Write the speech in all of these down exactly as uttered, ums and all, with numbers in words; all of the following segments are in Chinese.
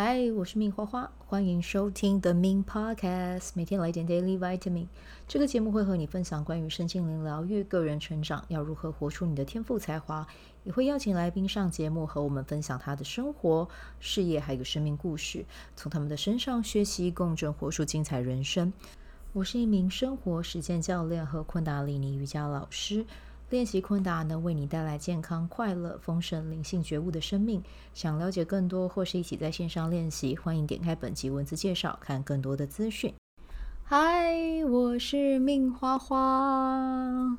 嗨，我是命花花，欢迎收听 The Min Podcast， 每天来点 Daily Vitamin。这个节目会和你分享关于身心灵疗愈、个人成长，要如何活出你的天赋才华，也会邀请来宾上节目和我们分享他的生活、事业还有生命故事，从他们的身上学习共振，活出精彩人生。我是一名生活实践教练和昆达里尼瑜伽老师。练习昆达能为你带来健康、快乐、丰盛、灵性觉悟的生命。想了解更多或是一起在线上练习，欢迎点开本集文字介绍，看更多的资讯。嗨，我是命花花，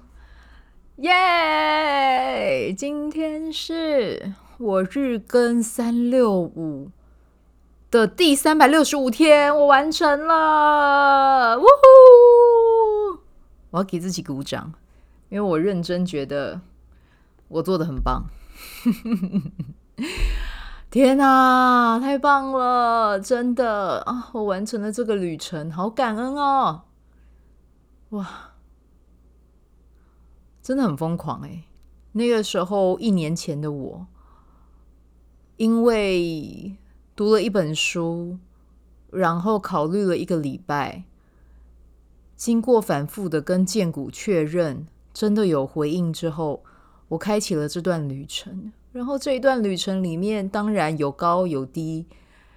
耶！今天是我日更三六五的第三百六十五天，我完成了，呜呼！我要给自己鼓掌。因为我认真觉得我做得很棒天哪，太棒了，真的啊！我完成了这个旅程，好感恩哦！哇，真的很疯狂欸。那个时候一年前的我，因为读了一本书，然后考虑了一个礼拜，经过反复的跟荐股确认真的有回应之后，我开启了这段旅程。然后这一段旅程里面当然有高有低，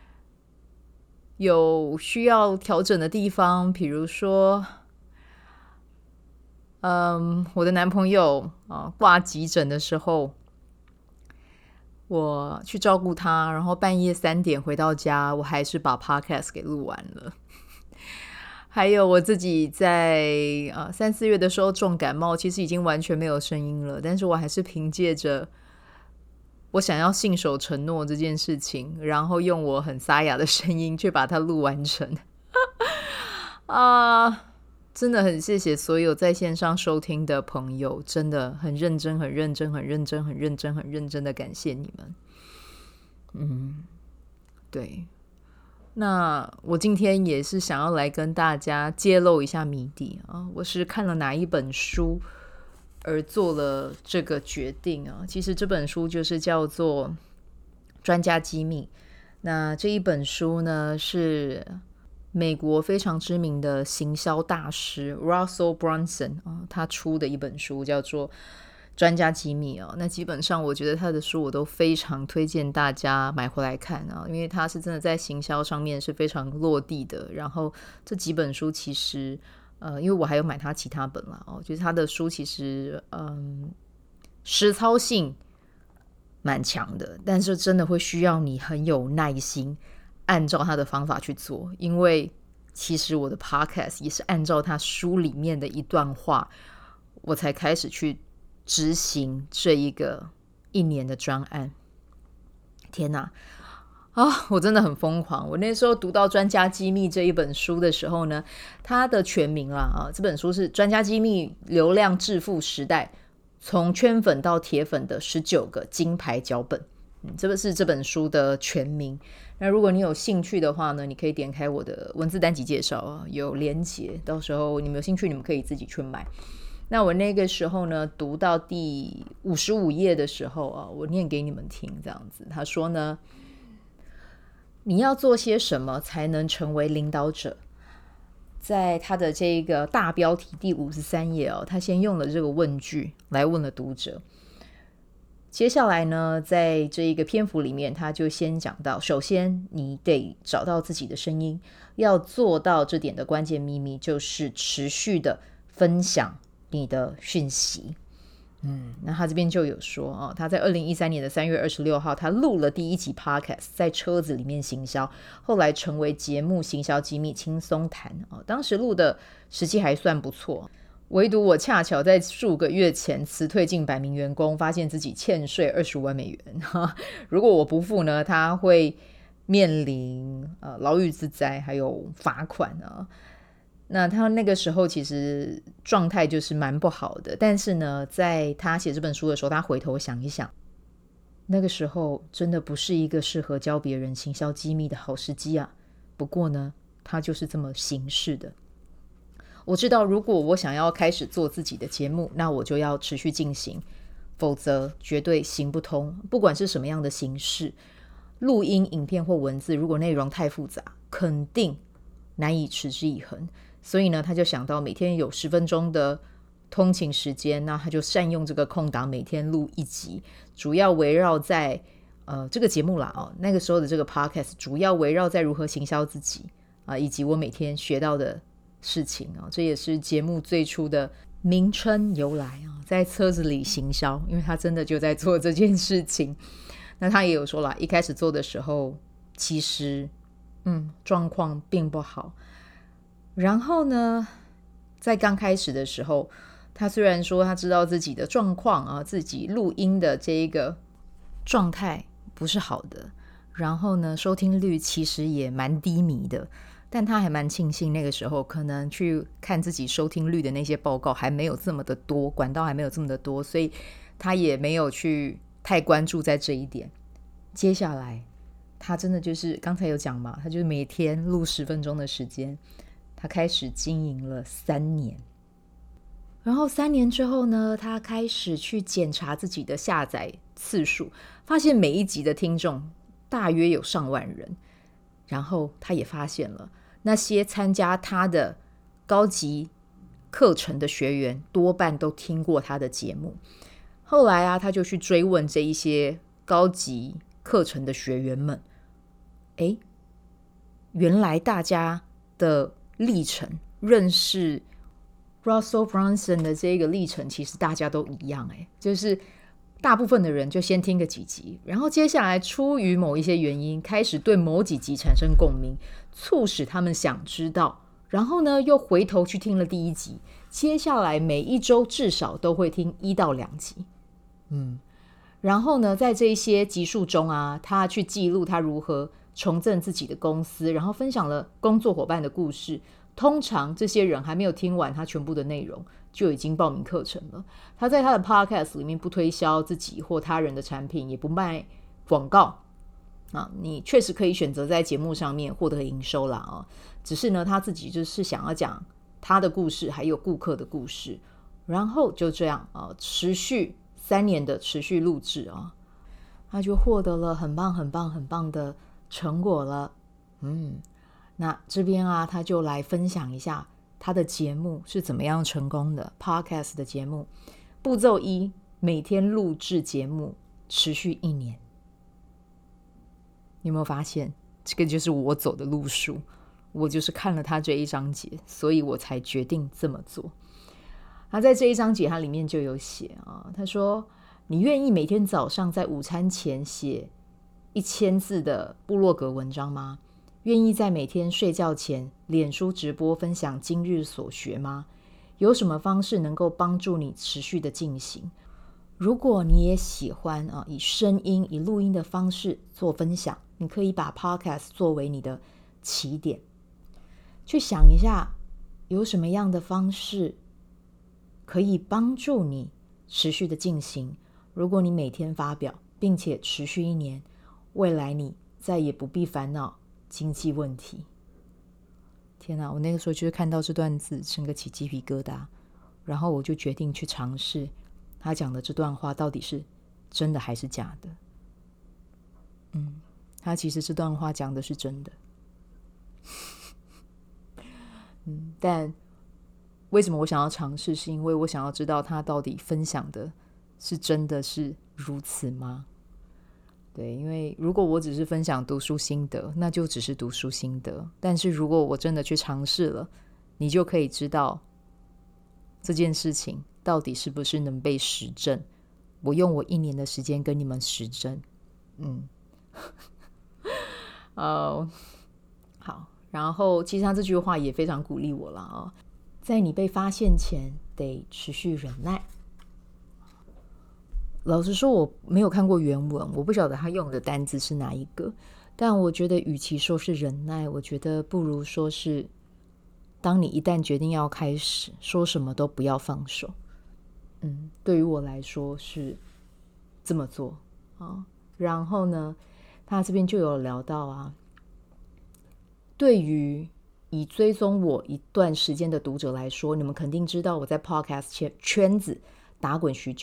有需要调整的地方，比如说嗯，我的男朋友、啊、挂急诊的时候，我去照顾他，然后半夜三点回到家，我还是把 podcast 给录完了。还有我自己在呃三四月的时候重感冒，其实已经完全没有声音了，但是我还是凭借着我想要信守承诺这件事情，然后用我很沙哑的声音去把它录完成啊，真的很谢谢所有在线上收听的朋友，真的很认真很认真很认真很认真很认真的感谢你们。嗯，对，那我今天也是想要来跟大家揭露一下谜底啊！我是看了哪一本书而做了这个决定啊？其实这本书就是叫做《专家机密》。那这一本书呢，是美国非常知名的行销大师 Russell Brunson 啊，他出的一本书叫做专家机密哦，那基本上我觉得他的书我都非常推荐大家买回来看啊，因为他是真的在行销上面是非常落地的。然后这几本书其实呃，因为我还有买他其他本啦哦，就是他的书其实嗯实操性蛮强的，但是真的会需要你很有耐心按照他的方法去做。因为其实我的 podcast 也是按照他书里面的一段话我才开始去执行这一个一年的专案。天哪啊，我真的很疯狂。我那时候读到《专家机密》这一本书的时候呢，它的全名啦啊，这本书是《专家机密：流量致富时代，从圈粉到铁粉的十九个金牌脚本》。嗯，这个是这本书的全名。那如果你有兴趣的话呢，你可以点开我的文字单集介绍啊，有连结，到时候你们有兴趣，你们可以自己去买。那我那个时候呢，读到第五十五页的时候啊，我念给你们听，这样子。他说呢，你要做些什么才能成为领导者？在他的这个大标题第五十三页哦，他先用了这个问句来问了读者。接下来呢，在这一个篇幅里面，他就先讲到，首先你得找到自己的声音，要做到这点的关键秘密就是持续的分享你的讯息。嗯，那他这边就有说哦，他在二零一三年的三月二十六号，他录了第一集 podcast， 在车子里面行销，后来成为节目行销机密轻松谈哦。当时录的时机还算不错，唯独我恰巧在数个月前辞退近百名员工，发现自己欠税二十五万美元。如果我不付呢，他会面临呃牢狱之灾，还有罚款啊。那他那个时候其实状态就是蛮不好的，但是呢，在他写这本书的时候，他回头想一想，那个时候真的不是一个适合教别人行销机密的好时机啊。不过呢，他就是这么行事的。我知道如果我想要开始做自己的节目，那我就要持续进行，否则绝对行不通，不管是什么样的形式。 录音、影片或文字，如果内容太复杂，肯定难以持之以恒。所以呢，他就想到每天有十分钟的通勤时间，那他就善用这个空档，每天录一集，主要围绕在呃这个节目啦哦，那个时候的这个 podcast 主要围绕在如何行销自己啊、呃，以及我每天学到的事情啊、哦，这也是节目最初的名称由来啊、哦，在车子里行销，因为他真的就在做这件事情。那他也有说啦，一开始做的时候，其实嗯状况并不好。然后呢，在刚开始的时候，他虽然说他知道自己的状况啊，自己录音的这一个状态不是好的，然后呢，收听率其实也蛮低迷的，但他还蛮庆幸那个时候可能去看自己收听率的那些报告还没有这么的多，管道还没有这么的多，所以他也没有去太关注在这一点。接下来他真的就是刚才有讲嘛，他就是每天录十分钟的时间，他开始经营了三年。然后三年之后呢，他开始去检查自己的下载次数，发现每一集的听众大约有上万人。然后他也发现了那些参加他的高级课程的学员多半都听过他的节目。后来啊，他就去追问这一些高级课程的学员们，诶，原来大家的历程，认识 Russell Brunson 的这个历程，其实大家都一样，诶，就是大部分的人就先听个几集，然后接下来出于某一些原因，开始对某几集产生共鸣，促使他们想知道，然后呢又回头去听了第一集，接下来每一周至少都会听一到两集。嗯，然后呢在这些集数中啊，他去记录他如何重振自己的公司，然后分享了工作伙伴的故事。通常这些人还没有听完他全部的内容，就已经报名课程了。他在他的 podcast 里面不推销自己或他人的产品，也不卖广告啊，你确实可以选择在节目上面获得营收啦啊。只是呢，他自己就是想要讲他的故事，还有顾客的故事，然后就这样啊，持续三年的持续录制啊，他就获得了很棒、很棒、很棒的成果了。嗯。那这边啊，他就来分享一下他的节目是怎么样成功的 podcast 的节目。步骤一，每天录制节目，持续一年。你有没有发现，这个就是我走的路数？我就是看了他这一章节，所以我才决定这么做。他在这一章节，他里面就有写啊，他说：“你愿意每天早上在午餐前写一千字的部落格文章吗？愿意在每天睡觉前脸书直播分享今日所学吗？有什么方式能够帮助你持续的进行？如果你也喜欢啊，以声音以录音的方式做分享，你可以把 podcast 作为你的起点，去想一下有什么样的方式可以帮助你持续的进行。如果你每天发表并且持续一年，未来你再也不必烦恼经济问题。”天哪，我那个时候就是看到这段字整个起鸡皮疙瘩，然后我就决定去尝试他讲的这段话到底是真的还是假的。嗯，他其实这段话讲的是真的。嗯，但为什么我想要尝试，是因为我想要知道他到底分享的是真的是如此吗？对，因为如果我只是分享读书心得，那就只是读书心得。但是如果我真的去尝试了，你就可以知道这件事情到底是不是能被实证。我用我一年的时间跟你们实证。嗯，哦，好。然后其实他这句话也非常鼓励我了啊、哦，在你被发现前得持续忍耐。老实说我没有看过原文，我不晓得他用的单字是哪一个，但我觉得与其说是忍耐，我觉得不如说是当你一旦决定要开始，说什么都不要放手。嗯，对于我来说是这么做啊。然后呢，他这边就有聊到啊，对于以追踪我一段时间的读者来说，你们肯定知道我在 podcast 圈子打滚许久，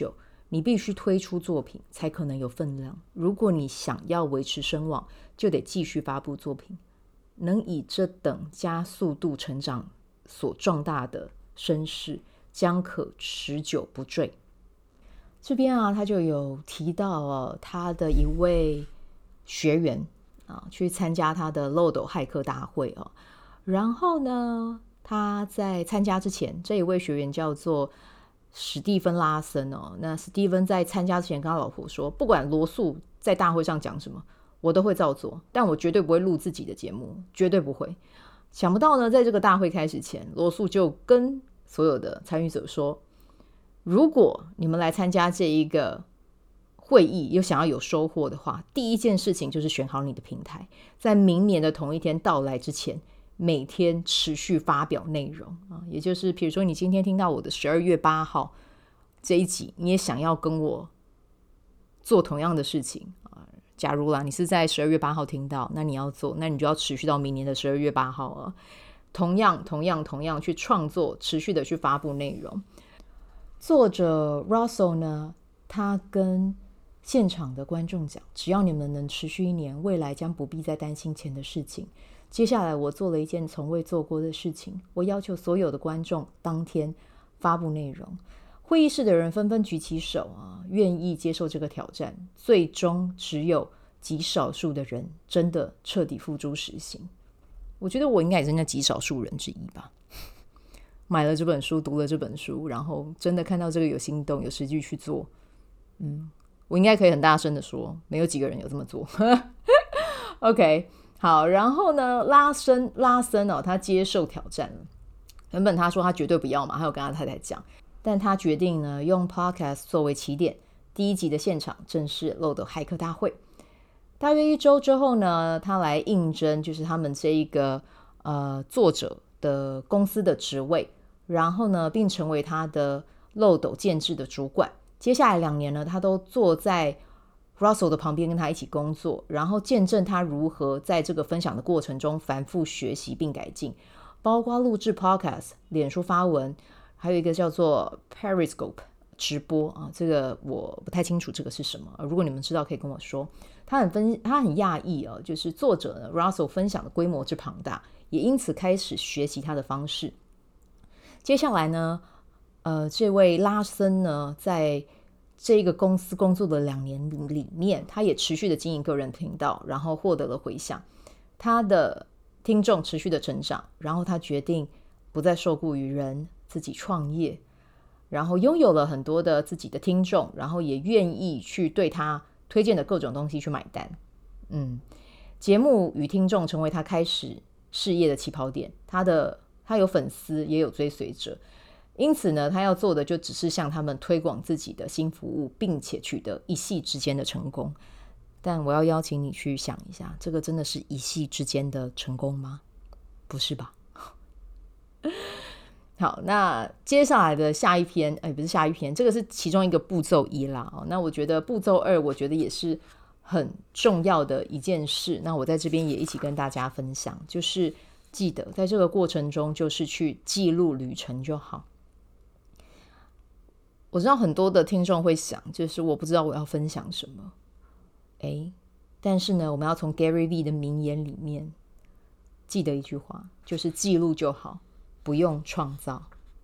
你必须推出作品才可能有分量。如果你想要维持声望，就得继续发布作品。能以这等加速度成长所壮大的声势，将可持久不坠。这边啊，他就有提到哦，他的一位学员啊，去参加他的漏斗骇客大会哦。然后呢，他在参加之前，这一位学员叫做史蒂芬·拉森哦。那史蒂芬在参加之前跟他老婆说，不管罗素在大会上讲什么，我都会照做，但我绝对不会录自己的节目，绝对不会。想不到呢，在这个大会开始前，罗素就跟所有的参与者说，如果你们来参加这一个会议又想要有收获的话，第一件事情就是选好你的平台，在明年的同一天到来之前，每天持续发表内容啊，也就是比如说你今天听到我的十二月八号这一集，你也想要跟我做同样的事情啊。假如啦，你是在十二月八号听到，那你要做，那你就要持续到明年的十二月八号啊。同样，同样，同样去创作，持续的去发布内容。作者 Russell 呢，他跟现场的观众讲，只要你们能持续一年，未来将不必再担心钱的事情。接下来我做了一件从未做过的事情，我要求所有的观众当天发布内容。会议室的人纷纷举起手啊，愿意接受这个挑战。最终只有极少数的人真的彻底付诸实行。我觉得我应该也是那极少数人之一吧。买了这本书，读了这本书，然后真的看到这个有心动，有实际去做。嗯，我应该可以很大声的说，没有几个人有这么做。OK， 好，然后呢，拉森拉森哦，他接受挑战了。原本他说他绝对不要嘛，他有跟他太太讲，但他决定呢，用 Podcast 作为起点，第一集的现场正式漏斗骇客大会。大约一周之后呢，他来应征，就是他们这一个呃作者的公司的职位，然后呢，并成为他的漏斗建制的主管。接下来两年呢，他都坐在 Russell 的旁边跟他一起工作，然后见证他如何在这个分享的过程中反复学习并改进，包括录制 Podcast、脸书发文，还有一个叫做 Periscope 直播啊，这个我不太清楚这个是什么，如果你们知道可以跟我说。他很分他很讶异哦，就是作者呢 Russell 分享的规模之庞大，也因此开始学习他的方式。接下来呢，呃，这位拉森呢，在这个公司工作的两年里面，他也持续的经营个人频道，然后获得了回响，他的听众持续的成长，然后他决定不再受雇于人，自己创业，然后拥有了很多的自己的听众，然后也愿意去对他推荐的各种东西去买单。嗯，节目与听众成为他开始事业的起跑点，他的他有粉丝也有追随者，因此呢，他要做的就只是向他们推广自己的新服务，并且取得一夕之间的成功。但我要邀请你去想一下，这个真的是一夕之间的成功吗？不是吧？好，那接下来的下一篇，哎，不是下一篇，这个是其中一个步骤一啦。哦，那我觉得步骤二，我觉得也是很重要的一件事。那我在这边也一起跟大家分享，就是记得在这个过程中，就是去记录旅程就好。我知道很多的听众会想，就是我不知道我要分享什么，哎，但是呢，我们要从 Gary Vee 的名言里面记得一句话，就是记录就好。不用创造。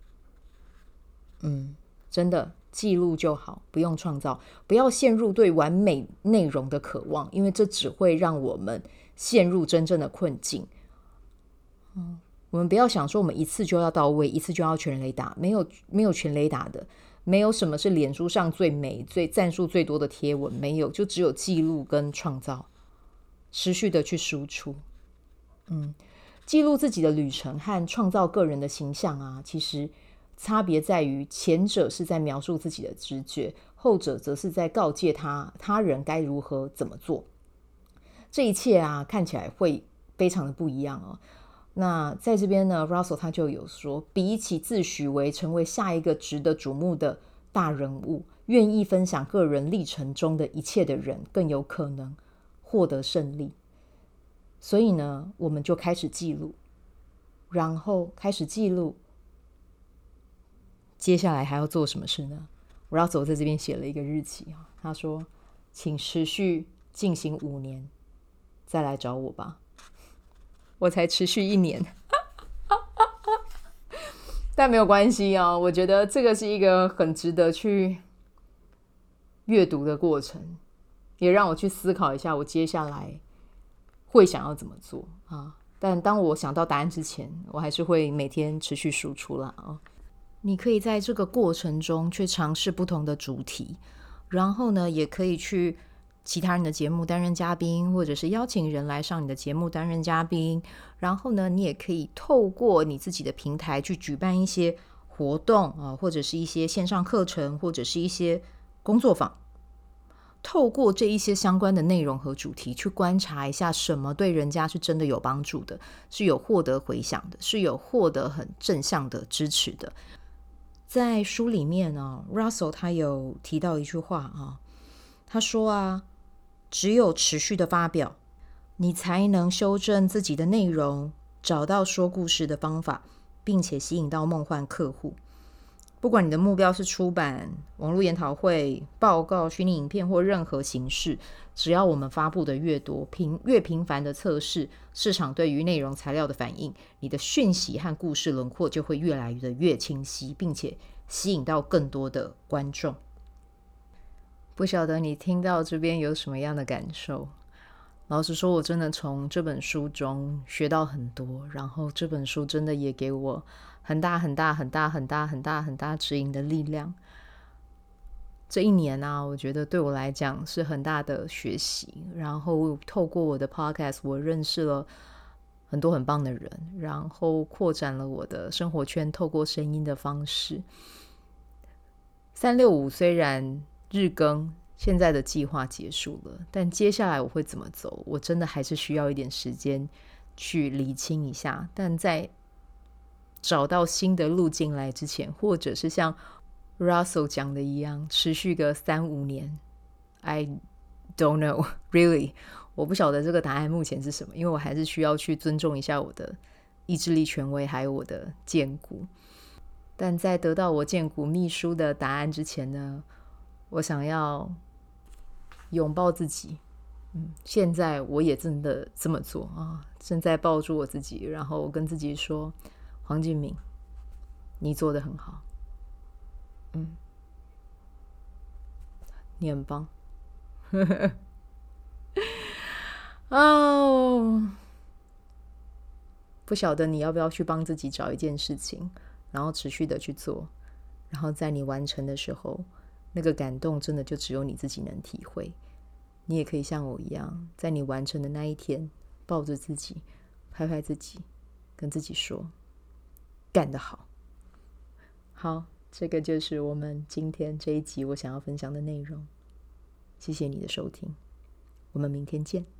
嗯，真的记录就好，不用创造。不要陷入对完美内容的渴望，因为这只会让我们陷入真正的困境。嗯，我们不要想说我们一次就要到位，一次就要全雷打，没有没有全雷打的，没有什么是脸书上最美、最赞数最多的贴文，没有，就只有记录跟创造，持续的去输出。嗯。记录自己的旅程和创造个人的形象啊，其实差别在于前者是在描述自己的直觉，后者则是在告诫他他人该如何怎么做。这一切啊，看起来会非常的不一样哦。那在这边呢 Russell 他就有说，比起自诩为成为下一个值得瞩目的大人物，愿意分享个人历程中的一切的人更有可能获得胜利。所以呢，我们就开始记录，然后开始记录，接下来还要做什么事呢？ Russell 在这边写了一个日期，他说请持续进行五年再来找我吧。我才持续一年但没有关系啊，我觉得这个是一个很值得去阅读的过程，也让我去思考一下我接下来会想要怎么做啊。但当我想到答案之前，我还是会每天持续输出啦啊。你可以在这个过程中去尝试不同的主题，然后呢，也可以去其他人的节目担任嘉宾，或者是邀请人来上你的节目担任嘉宾。然后呢，你也可以透过你自己的平台去举办一些活动啊，或者是一些线上课程，或者是一些工作坊。透过这一些相关的内容和主题去观察一下什么对人家是真的有帮助的，是有获得回响的，是有获得很正向的支持的。在书里面啊 Russell 他有提到一句话啊，他说啊，只有持续的发表，你才能修正自己的内容，找到说故事的方法，并且吸引到梦幻客户。不管你的目标是出版、网络研讨会、报告、虚拟影片或任何形式，只要我们发布的越多，频越频繁的测试市场对于内容材料的反应，你的讯息和故事轮廓就会越来的越清晰，并且吸引到更多的观众。不晓得你听到这边有什么样的感受？老实说，我真的从这本书中学到很多，然后这本书真的也给我很大很大很大很大很大很大指引的力量。这一年啊，我觉得对我来讲是很大的学习，然后透过我的 podcast 我认识了很多很棒的人，然后扩展了我的生活圈，透过声音的方式。三六五虽然日更，现在的计划结束了，但接下来我会怎么走，我真的还是需要一点时间去厘清一下。但在找到新的路径来之前，或者是像 Russell 讲的一样，持续个三五年 I don't know really 我不晓得这个答案目前是什么，因为我还是需要去尊重一下我的意志力权威还有我的荐股。但在得到我荐股秘书的答案之前呢，我想要拥抱自己。嗯，现在我也真的这么做啊，正在抱住我自己，然后跟自己说，黄敬敏，你做得很好，嗯，你很棒。哦，不晓得你要不要去帮自己找一件事情，然后持续的去做，然后在你完成的时候，那个感动真的就只有你自己能体会。你也可以像我一样，在你完成的那一天，抱着自己，拍拍自己，跟自己说，干得好。好，这个就是我们今天这一集我想要分享的内容。谢谢你的收听，我们明天见。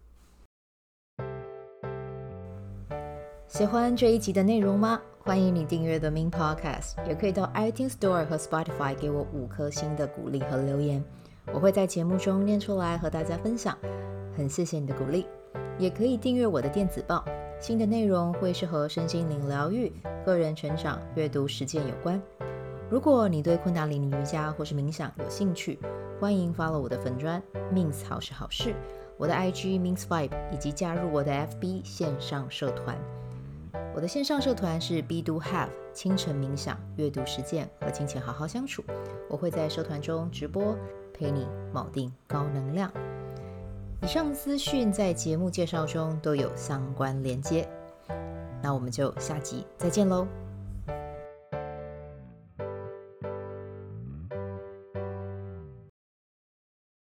喜欢这一集的内容吗？欢迎你订阅 The Min Podcast， 也可以到 iTunes Store 和 Spotify 给我五颗星的鼓励和留言，我会在节目中念出来和大家分享。很谢谢你的鼓励，也可以订阅我的电子报，新的内容会是和身心灵疗愈、个人成长、阅读实践有关。如果你对昆达里尼瑜伽或是冥想有兴趣，欢迎 follow 我的粉专 Mins 好事好事，我的 I G Mins Vibe， 以及加入我的 F B 线上社团。我的线上社团是 Be Do Have 清晨冥想、阅读实践和金钱好好相处，我会在社团中直播，陪你锚定高能量。以上资讯在节目介绍中都有相关连接，那我们就下集再见喽。